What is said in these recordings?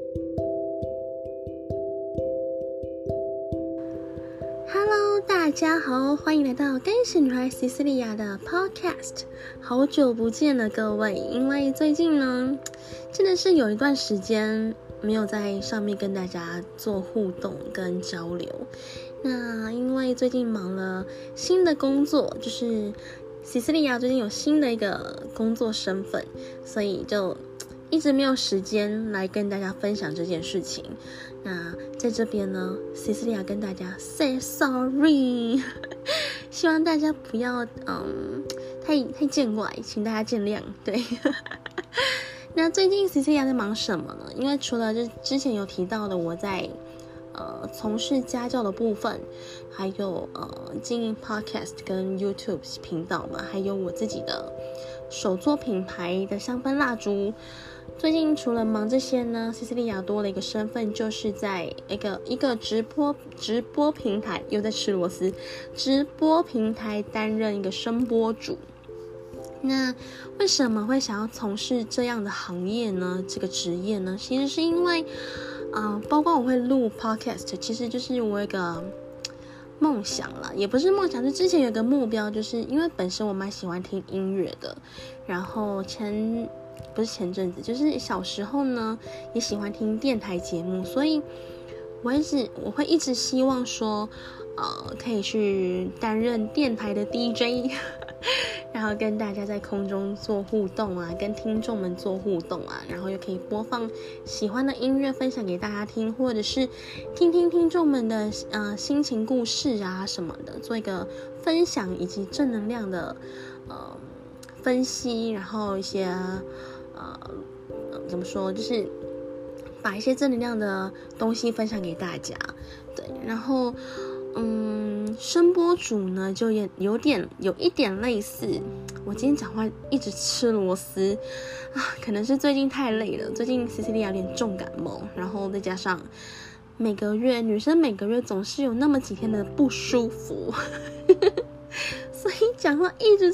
Hello， 大家好，欢迎来到干神女孩西西利亚的 Podcast。好久不见了，各位，因为最近呢，真的是有一段时间没有在上面跟大家做互动跟交流。那因为最近忙了新的工作，就是西西利亚最近有新的一个工作身份，所以就一直没有时间来跟大家分享这件事情。那在这边呢，西西利亚跟大家 say sorry， 希望大家不要太见怪，请大家见谅。对，那最近西西利亚在忙什么呢？因为除了就之前有提到的我在从事家教的部分，还有经营 podcast 跟 YouTube 频道嘛，还有我自己的手作品牌的香氛蜡烛。最近除了忙这些呢，西西利亚多了一个身份，就是在一个直播平台，又在吃螺丝，直播平台担任一个声播主。那为什么会想要从事这样的行业呢？这个职业呢，其实是因为包括我会录 podcast， 其实就是我有一个梦想啦，也不是梦想，就之前有个目标，就是因为本身我蛮喜欢听音乐的，然后不是前阵子，就是小时候呢也喜欢听电台节目，所以我会一直希望说可以去担任电台的 DJ 然后跟大家在空中做互动啊，跟听众们做互动啊，然后又可以播放喜欢的音乐分享给大家听，或者是听听众们的心情故事啊什么的，做一个分享以及正能量的分析，然后一些怎么说，就是把一些正能量的东西分享给大家。对，然后声播主呢就有一点类似，我今天讲话一直吃螺丝可能是最近太累了，最近西西利亚有点重感冒，然后再加上女生每个月总是有那么几天的不舒服所以讲话一直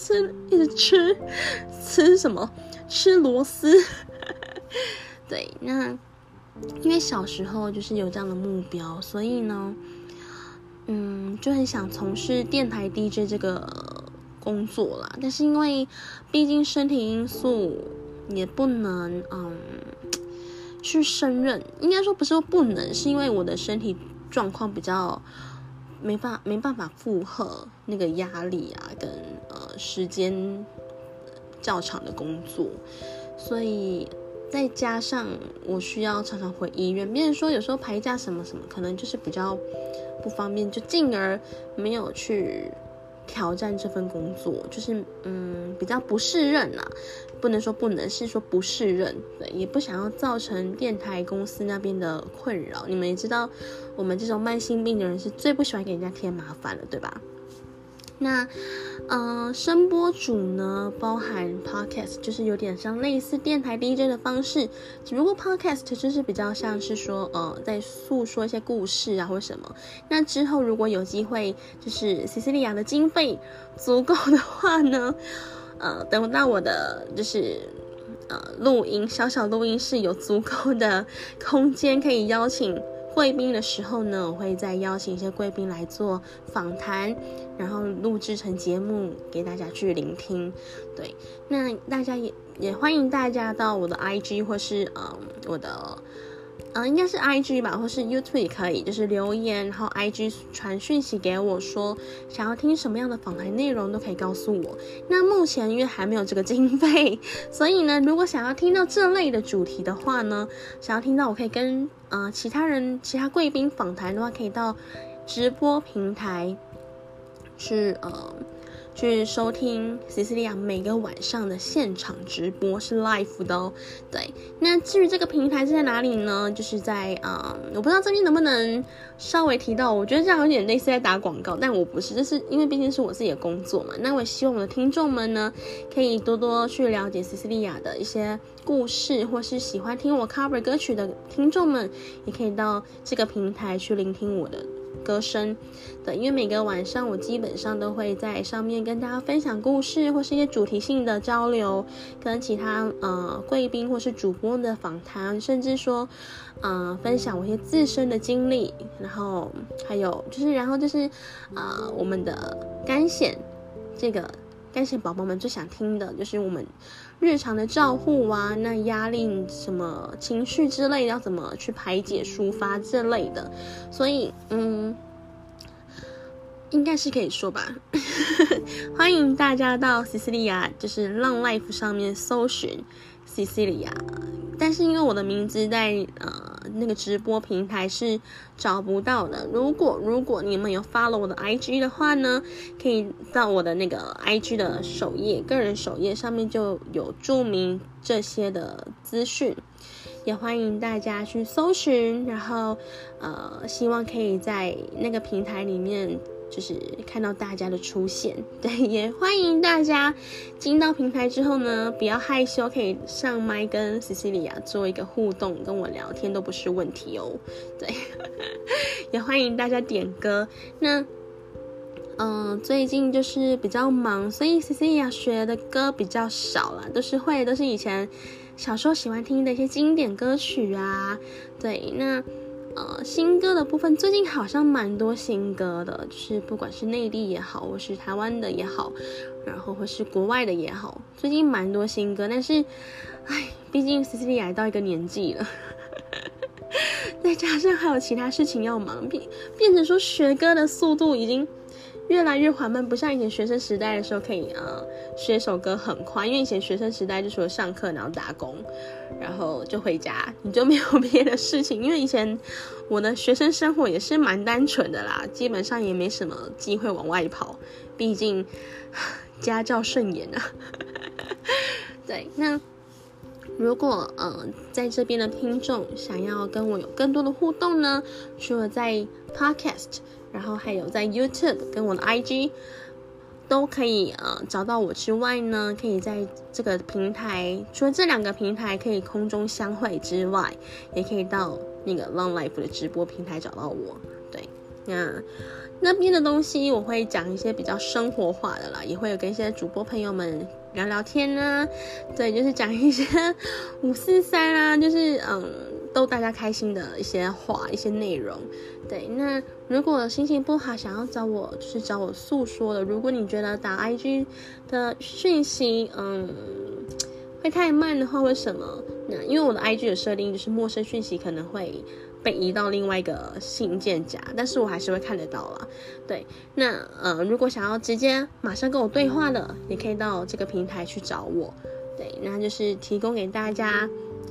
吃什么？吃螺丝对，那因为小时候就是有这样的目标，所以呢就很想从事电台 DJ 这个工作啦，但是因为毕竟身体因素也不能去胜任，应该说不是说不能，是因为我的身体状况比较没办法负荷那个压力啊，跟时间较长的工作，所以再加上我需要常常回医院，别人说有时候排假什么什么，可能就是比较不方便，就进而没有去挑战这份工作，就是比较不适任啦，不能说不能，是说不适任。对，也不想要造成电台公司那边的困扰。你们也知道，我们这种慢性病的人是最不喜欢给人家添麻烦了，对吧？那声播主呢，包含 podcast， 就是有点像类似电台 DJ 的方式，只不过 podcast 就是比较像是说在诉说一些故事啊或什么。那之后如果有机会，就是西西利亚的经费足够的话呢，等到我的就是小录音室有足够的空间可以邀请贵宾的时候呢，我会再邀请一些贵宾来做访谈，然后录制成节目给大家去聆听。对，那大家也欢迎大家到我的 IG 或是我的应该是 IG 吧，或是 YouTube 也可以，就是留言，然后 IG 传讯息给我说想要听什么样的访谈内容都可以告诉我。那目前因为还没有这个经费，所以呢，如果想要听到这类的主题的话呢，想要听到我可以跟其他贵宾访谈的话，可以到直播平台去收听西西利亚每个晚上的现场直播，是 live 的哦。对，那至于这个平台是在哪里呢？就是在我不知道这边能不能稍微提到，我觉得这样有点类似在打广告，但我不是，就是因为毕竟是我自己的工作嘛。那我也希望我的听众们呢，可以多多去了解西西利亚的一些故事，或是喜欢听我 cover 歌曲的听众们，也可以到这个平台去聆听我的歌声。对，因为每个晚上我基本上都会在上面跟大家分享故事，或是一些主题性的交流，跟其他贵宾或是主播的访谈，甚至说分享我一些自身的经历，然后还有就是我们的干癣，这个干癣宝宝们最想听的就是我们日常的照护啊，那压力什么情绪之类的要怎么去排解抒发这类的，所以应该是可以说吧。欢迎大家到 Cecilia 就是浪 Life 上面搜寻 Cecilia， 但是因为我的名字在那个直播平台是找不到的。如果你们有 follow 我的 IG 的话呢，可以到我的那个 IG 的首页，个人首页上面就有注明这些的资讯，也欢迎大家去搜寻，然后希望可以在那个平台里面就是看到大家的出现。对，也欢迎大家进到平台之后呢，不要害羞，可以上麦跟 Cecilia 做一个互动，跟我聊天都不是问题哦。对，也欢迎大家点歌。那最近就是比较忙，所以 Cecilia 学的歌比较少啦，都是以前小时候喜欢听的一些经典歌曲啊。对，那新歌的部分最近好像蛮多新歌的，就是不管是内地也好，或是台湾的也好，然后或是国外的也好，最近蛮多新歌。但是毕竟 Cecilia 到一个年纪了，再加上还有其他事情要忙，变成说学歌的速度已经越来越缓慢，不像以前学生时代的时候可以学首歌很快，因为以前学生时代就除了上课然后打工，然后就回家，你就没有别的事情。因为以前我的学生生活也是蛮单纯的啦，基本上也没什么机会往外跑，毕竟家教甚严啊。对，那如果在这边的听众想要跟我有更多的互动呢，除了在 Podcast， 然后还有在 YouTube 跟我的 IG 都可以找到我之外呢，可以在这个平台，除了这两个平台可以空中相会之外，也可以到那个 Long Life 的直播平台找到我。对，那边的东西我会讲一些比较生活化的啦，也会有跟一些主播朋友们聊聊天啊，对，就是讲一些543啊，就是逗大家开心的一些话，一些内容。对，那如果心情不好想要找我，就是找我诉说的，如果你觉得打 IG 的讯息会太慢的话，为什么？那因为我的 IG 的设定就是陌生讯息可能会被移到另外一个信件夹，但是我还是会看得到啦。对，那如果想要直接马上跟我对话的，也可以到这个平台去找我。对，那就是提供给大家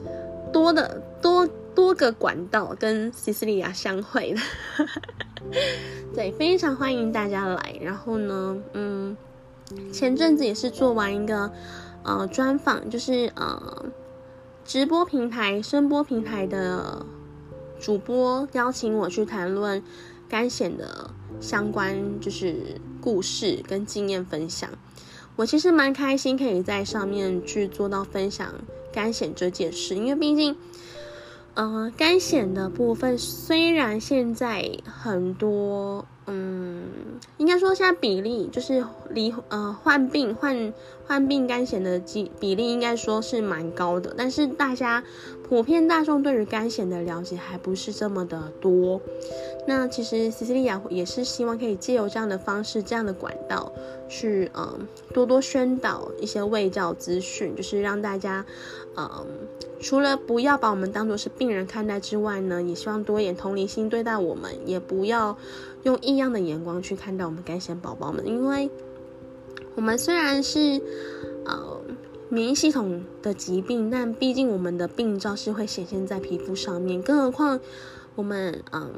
多个管道跟 Cecilia 相会的。对，非常欢迎大家来。然后呢，前阵子也是做完一个专访，就是直播平台、声播平台的主播邀请我去谈论干癣的相关就是故事跟经验分享。我其实蛮开心可以在上面去做到分享干癣这件事，因为毕竟干癣的部分虽然现在很多应该说现在比例就是患病干癣的比例应该说是蛮高的，但是普遍大众对于干癣的了解还不是这么的多。那其实 Cecilia 也是希望可以借由这样的方式、这样的管道去多多宣导一些卫教资讯，就是让大家除了不要把我们当作是病人看待之外呢，也希望多一点同理心对待我们，也不要用异样的眼光去看待我们干癣宝宝们。因为我们虽然是免疫系统的疾病，但毕竟我们的病灶是会显现在皮肤上面，更何况我们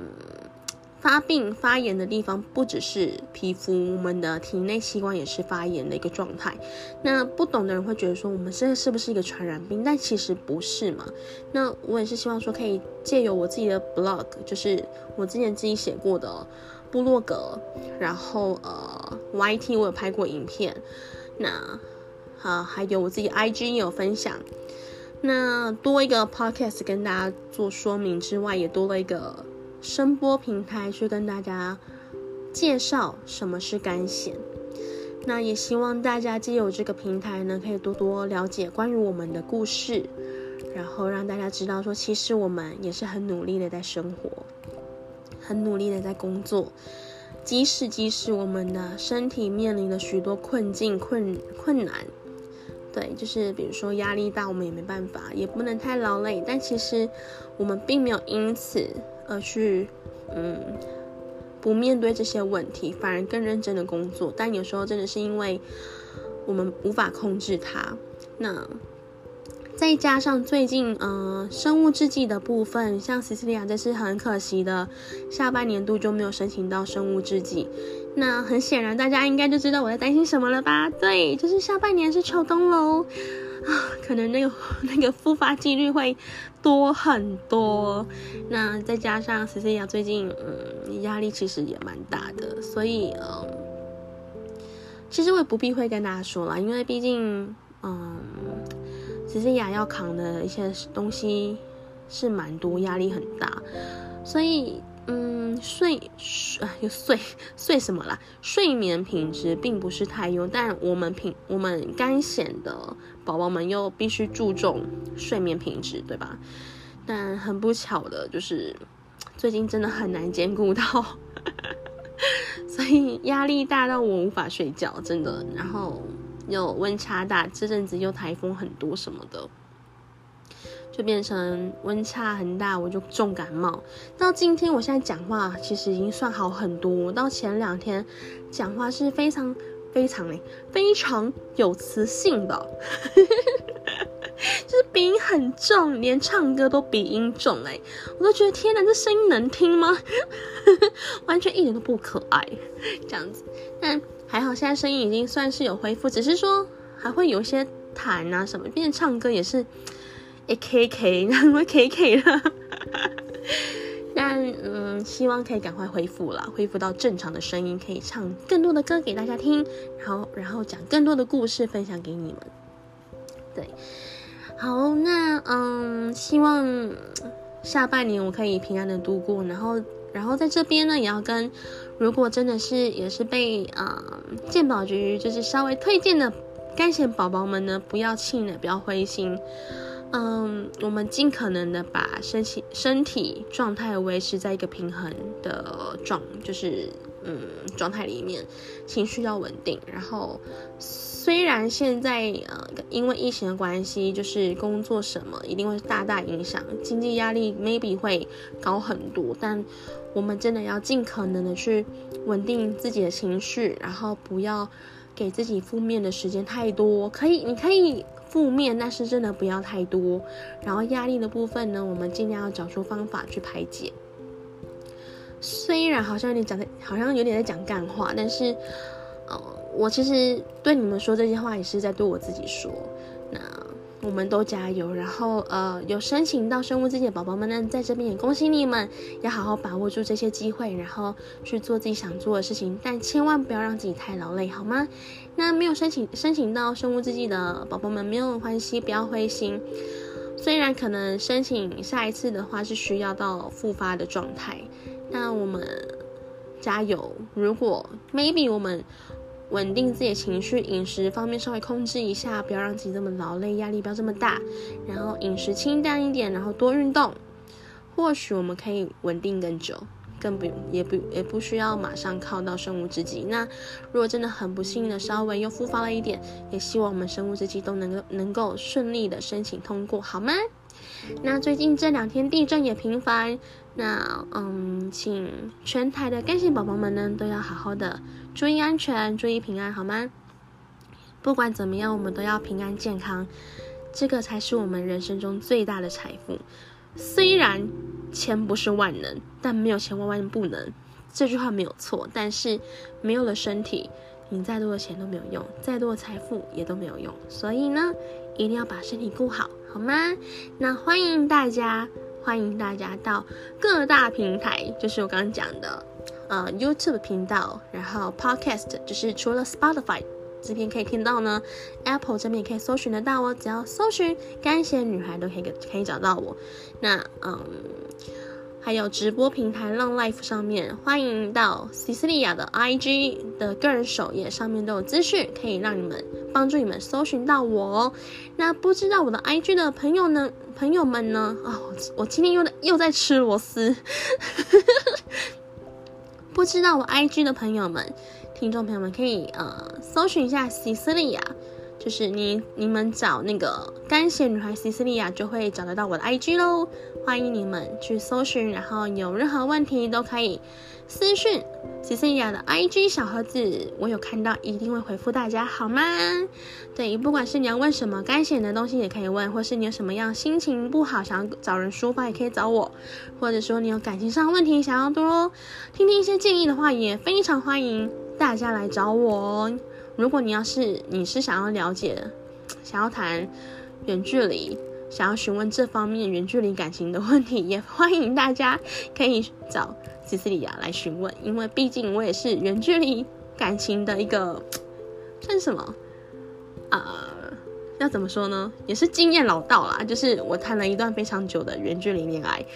发炎的地方不只是皮肤，我们的体内器官也是发炎的一个状态。那不懂的人会觉得说我们这是不是一个传染病，但其实不是嘛。那我也是希望说可以借由我自己的 blog， 就是我之前自己写过的部落格，然后YT 我有拍过影片，那还有我自己 IG 也有分享，那多一个 podcast 跟大家做说明之外，也多了一个声波平台去跟大家介绍什么是干癣。那也希望大家藉由这个平台呢，可以多多了解关于我们的故事，然后让大家知道说，其实我们也是很努力的在生活，很努力的在工作，即使我们的身体面临了许多困境困难，对，就是比如说压力大，我们也没办法，也不能太劳累，但其实我们并没有因此而去不面对这些问题，反而更认真的工作。但有时候真的是因为我们无法控制它。那再加上最近生物制剂的部分，像 Cecilia 这是很可惜的，下半年度就没有申请到生物制剂。那很显然大家应该就知道我在担心什么了吧？对，就是下半年是秋冬咯，可能那个复发几率会多很多。那再加上 Cecilia 最近压力其实也蛮大的，所以其实我也不避讳跟大家说啦，因为毕竟Cecilia 要扛的一些东西是蛮多，压力很大，所以睡什么啦？睡眠品质并不是太优，但我们干癣的宝宝们又必须注重睡眠品质，对吧？但很不巧的就是最近真的很难兼顾到，所以压力大到我无法睡觉，真的。然后又温差大，这阵子又台风很多什么的，就变成温差很大，我就重感冒。到今天我现在讲话其实已经算好很多，到前2天讲话是非常有磁性的就是鼻音很重，连唱歌都鼻音重我都觉得天哪，这声音能听吗？完全一点都不可爱这样子。但还好现在声音已经算是有恢复，只是说还会有一些痰啊什么，毕竟唱歌也是KK 然后 KK 了但希望可以赶快恢复到正常的声音，可以唱更多的歌给大家听，然后讲更多的故事分享给你们。对，好，那希望下半年我可以平安的度过，然后在这边呢，也要跟如果真的是也是被健保局就是稍微推荐的干癣宝宝们呢，不要气馁，不要灰心。我们尽可能的把身体状态维持在一个平衡的状态里面，情绪要稳定。然后虽然现在因为疫情的关系，就是工作什么一定会大大影响，经济压力 maybe 会高很多，但我们真的要尽可能的去稳定自己的情绪，然后不要给自己负面的时间太多。你可以负面，但是真的不要太多。然后压力的部分呢，我们尽量要找出方法去排解。虽然好像有点在讲干话，但是我其实对你们说这些话也是在对我自己说。那我们都加油，然后有申请到生物制剂的宝宝们呢，在这边也恭喜你们，要好好把握住这些机会，然后去做自己想做的事情，但千万不要让自己太劳累，好吗？那没有申请到生物制剂的宝宝们没有关系，不要灰心。虽然可能申请下一次的话是需要到复发的状态，那我们加油。如果 maybe 我们稳定自己的情绪，饮食方面稍微控制一下，不要让自己这么劳累，压力不要这么大，然后饮食清淡一点，然后多运动，或许我们可以稳定更久，也不需要马上靠到生物制剂。那如果真的很不幸的稍微又复发了一点，也希望我们生物制剂都能够顺利的申请通过，好吗？那最近这2天地震也频繁，那请全台的干癣宝宝们呢都要好好的注意安全，注意平安，好吗？不管怎么样，我们都要平安健康，这个才是我们人生中最大的财富。虽然钱不是万能，但没有钱万万不能，这句话没有错。但是没有了身体，你再多的钱都没有用，再多的财富也都没有用。所以呢，一定要把身体顾好，好吗？那欢迎大家到各大平台，就是我刚刚讲的YouTube 频道，然后 Podcast 就是除了 Spotify 这边可以听到呢， Apple 这边也可以搜寻得到哦，只要搜寻干癣女孩都可以找到我。那还有直播平台浪 Life 上面，欢迎到 Cecilia 的 IG 的个人首页上面都有资讯，可以让你们帮助你们搜寻到我哦。那不知道我的 IG 的朋友们呢？我今天又在吃螺丝。不知道我 IG 的朋友们、听众朋友们可以搜寻一下 Cecilia。就是你们找那个干血女孩 Cecilia 就会找得到我的 IG 咯，欢迎你们去搜寻，然后有任何问题都可以私讯 Cecilia 的 IG 小盒子，我有看到一定会回复大家，好吗？对，不管是你要问什么干血的东西也可以问，或是你有什么样心情不好想要找人抒发也可以找我，或者说你有感情上的问题想要多听听一些建议的话，也非常欢迎大家来找我哦。如果你是想要了解、想要谈远距离、想要询问这方面远距离感情的问题，也欢迎大家可以找 Cecilia 来询问，因为毕竟我也是远距离感情的一个算什么要怎么说呢？也是经验老道啦，就是我谈了一段非常久的远距离恋爱，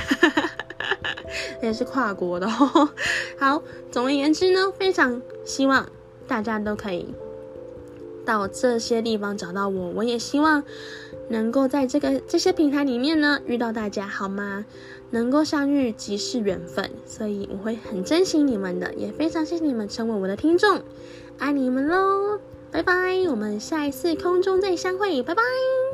也是跨国的哦。好，总而言之呢，非常希望大家都可以到这些地方找到我，我也希望能够在这些平台里面呢遇到大家，好吗？能够相遇即是缘分，所以我会很珍惜你们的，也非常谢谢你们成为我的听众，爱你们咯，拜拜，我们下一次空中再相会，拜拜。